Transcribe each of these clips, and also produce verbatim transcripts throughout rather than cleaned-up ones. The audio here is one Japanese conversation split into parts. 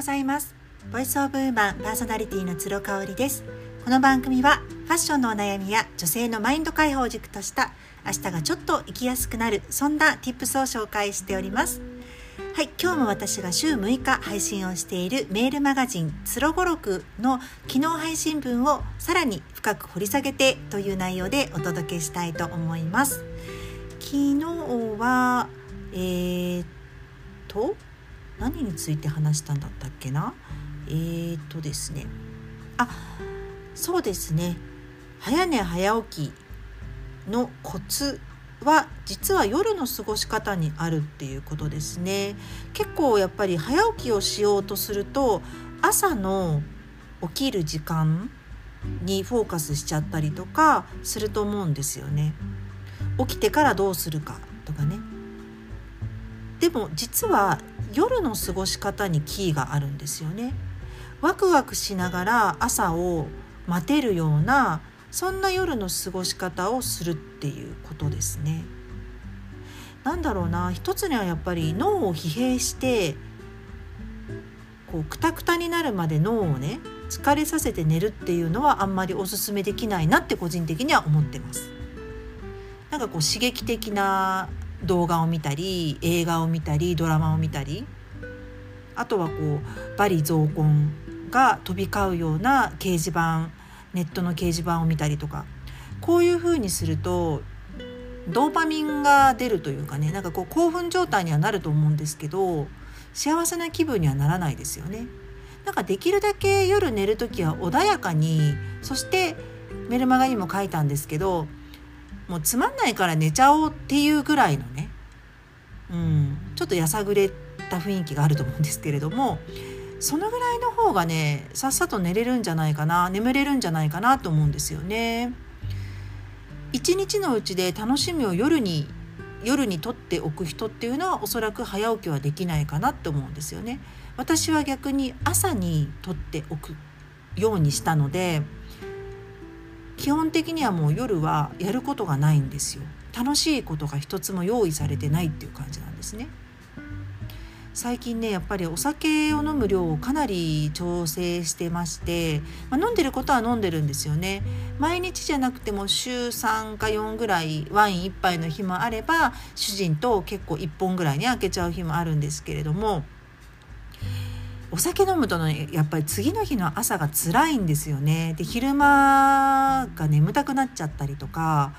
ざいます。ボイスオブウーマンパーソナリティの鶴香織です。この番組はファッションのお悩みや女性のマインド解放を軸とした明日がちょっと生きやすくなる、そんな Tips を紹介しております。はい、今日も私が週むいか配信をしているメールマガジンつろごろくの昨日配信分をさらに深く掘り下げてという内容でお届けしたいと思います。昨日はえー、っと何について話したんだったっけなえー、っとですねあそうですね早寝早起きのコツは実は夜の過ごし方にあるっていうことですね。結構やっぱり早起きをしようとすると朝の起きる時間にフォーカスしちゃったりとかすると思うんですよね。起きてからどうするかとかね。でも実は夜の過ごし方にキーがあるんですよね。ワクワクしながら朝を待てるような、そんな夜の過ごし方をするっていうことですね。なんだろうな、一つにはやっぱり脳を疲弊してこうクタクタになるまで脳をね疲れさせて寝るっていうのはあんまりおすすめできないなって個人的には思ってます。なんかこう刺激的な動画を見たり映画を見たりドラマを見たり、あとはこう罵詈雑言が飛び交うような掲示板、ネットの掲示板を見たりとか、こういう風にするとドーパミンが出るというかね、なんかこう興奮状態にはなると思うんですけど、幸せな気分にはならないですよね。なんかできるだけ夜寝るときは穏やかに、そしてメルマガにも書いたんですけど、もうつまんないから寝ちゃおうっていうぐらいのね、うん、ちょっとやさぐれた雰囲気があると思うんですけれども、そのぐらいの方がねさっさと寝れるんじゃないかな、眠れるんじゃないかなと思うんですよね。一日のうちで楽しみを夜に夜にとっておく人っていうのはおそらく早起きはできないかなと思うんですよね。私は逆に朝にとっておくようにしたので、基本的にはもう夜はやることがないんですよ。楽しいことが一つも用意されてないっていう感じなんですね。最近ねやっぱりお酒を飲む量をかなり調整してまして、まあ、飲んでることは飲んでるんですよね。毎日じゃなくても週さんかよんぐらいワインいっぱいの日もあれば、主人と結構いっぽんぐらいに開けちゃう日もあるんですけれども、お酒飲むとねやっぱり次の日の朝が辛いんですよね。で昼間が眠たくなっちゃったりとか、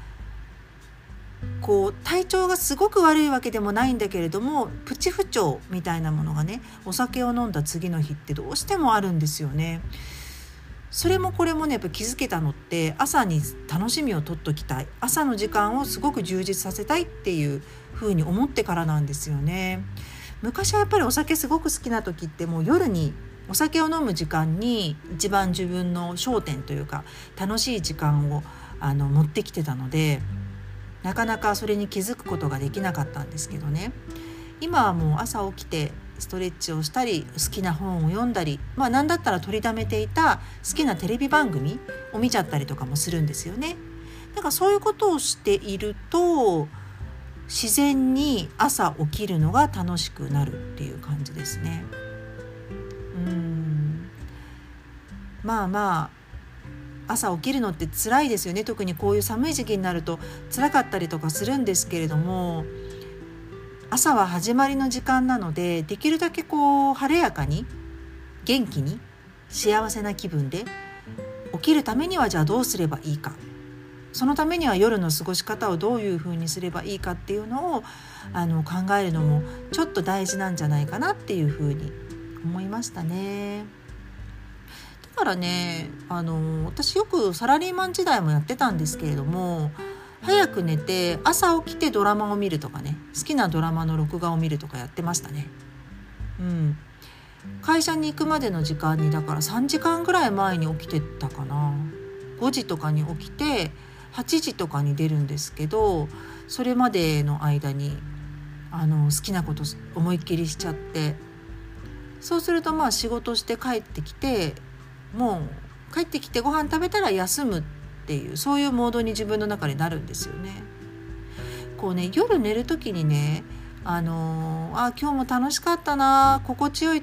こう体調がすごく悪いわけでもないんだけれども、プチ不調みたいなものがねお酒を飲んだ次の日ってどうしてもあるんですよね。それもこれもねやっぱ気づけたのって朝に楽しみを取っときたい、朝の時間をすごく充実させたいっていうふうに思ってからなんですよね。昔はやっぱりお酒すごく好きな時ってもう夜にお酒を飲む時間に一番自分の焦点というか楽しい時間をあの持ってきてたので、なかなかそれに気づくことができなかったんですけどね、今はもう朝起きてストレッチをしたり好きな本を読んだり、まあ何だったら取りためていた好きなテレビ番組を見ちゃったりとかもするんですよね。だからそういうことをしていると自然に朝起きるのが楽しくなるっていう感じですね。うーんまあまあ朝起きるのって辛いですよね。特にこういう寒い時期になると辛かったりとかするんですけれども、朝は始まりの時間なので、できるだけこう晴れやかに元気に幸せな気分で起きるためにはじゃあどうすればいいか、そのためには夜の過ごし方をどういうふうにすればいいかっていうのをあの考えるのもちょっと大事なんじゃないかなっていうふうに思いましたね。だからねあの私よくサラリーマン時代もやってたんですけれども、早く寝て朝起きてドラマを見るとかね、好きなドラマの録画を見るとかやってましたね。うん、会社に行くまでの時間にだからさんじかんぐらい前に起きてたかな。ごじとかに起きてはちじとかに出るんですけど、それまでの間にあの好きなこと思いっきりしちゃって、そうするとまあ仕事して帰ってきて、もう帰ってきてご飯食べたら休むっていう、そういうモードに自分の中になるんですよね。こうね夜寝る時にねあのー、あ今日も楽しかったな、心地よい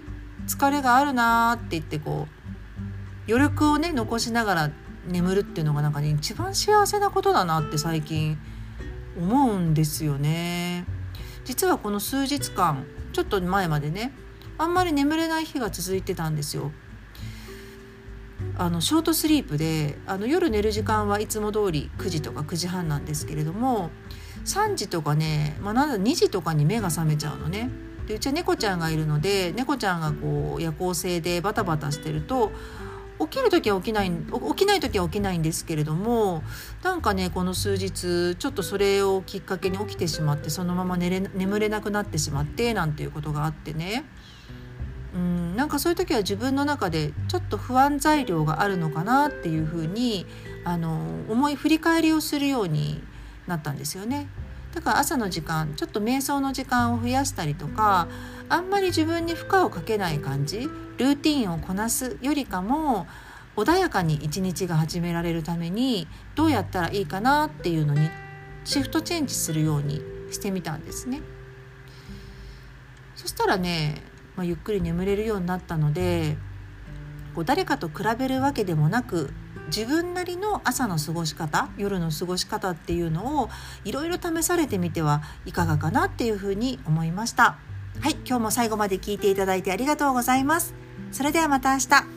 疲れがあるなって言ってこう余力をね残しながら眠るっていうのがなんかね一番幸せなことだなって最近思うんですよね。実はこの数日間ちょっと前までねあんまり眠れない日が続いてたんですよ。あのショートスリープであの夜寝る時間はいつも通りくじとかくじはんなんですけれども、さんじとかね、まあ、なんだにじとかに目が覚めちゃうのね。でうちは猫ちゃんがいるので、猫ちゃんがこう夜行性でバタバタしてると起きる時は起きない起きない時は起きないんですけれども、なんかねこの数日ちょっとそれをきっかけに起きてしまって、そのまま寝れ眠れなくなってしまってなんていうことがあってね、うんなんかそういう時は自分の中でちょっと不安材料があるのかなっていうふうにあの思い振り返りをするようになったんですよね。だから朝の時間ちょっと瞑想の時間を増やしたりとか、あんまり自分に負荷をかけない感じ、ルーティンをこなすよりかも穏やかに一日が始められるためにどうやったらいいかなっていうのにシフトチェンジするようにしてみたんですね。そしたらね、まあ、ゆっくり眠れるようになったので、こう誰かと比べるわけでもなく自分なりの朝の過ごし方、夜の過ごし方っていうのをいろいろ試されてみてはいかがかなっていうふうに思いました。はい、今日も最後まで聞いていただいてありがとうございます。それではまた明日。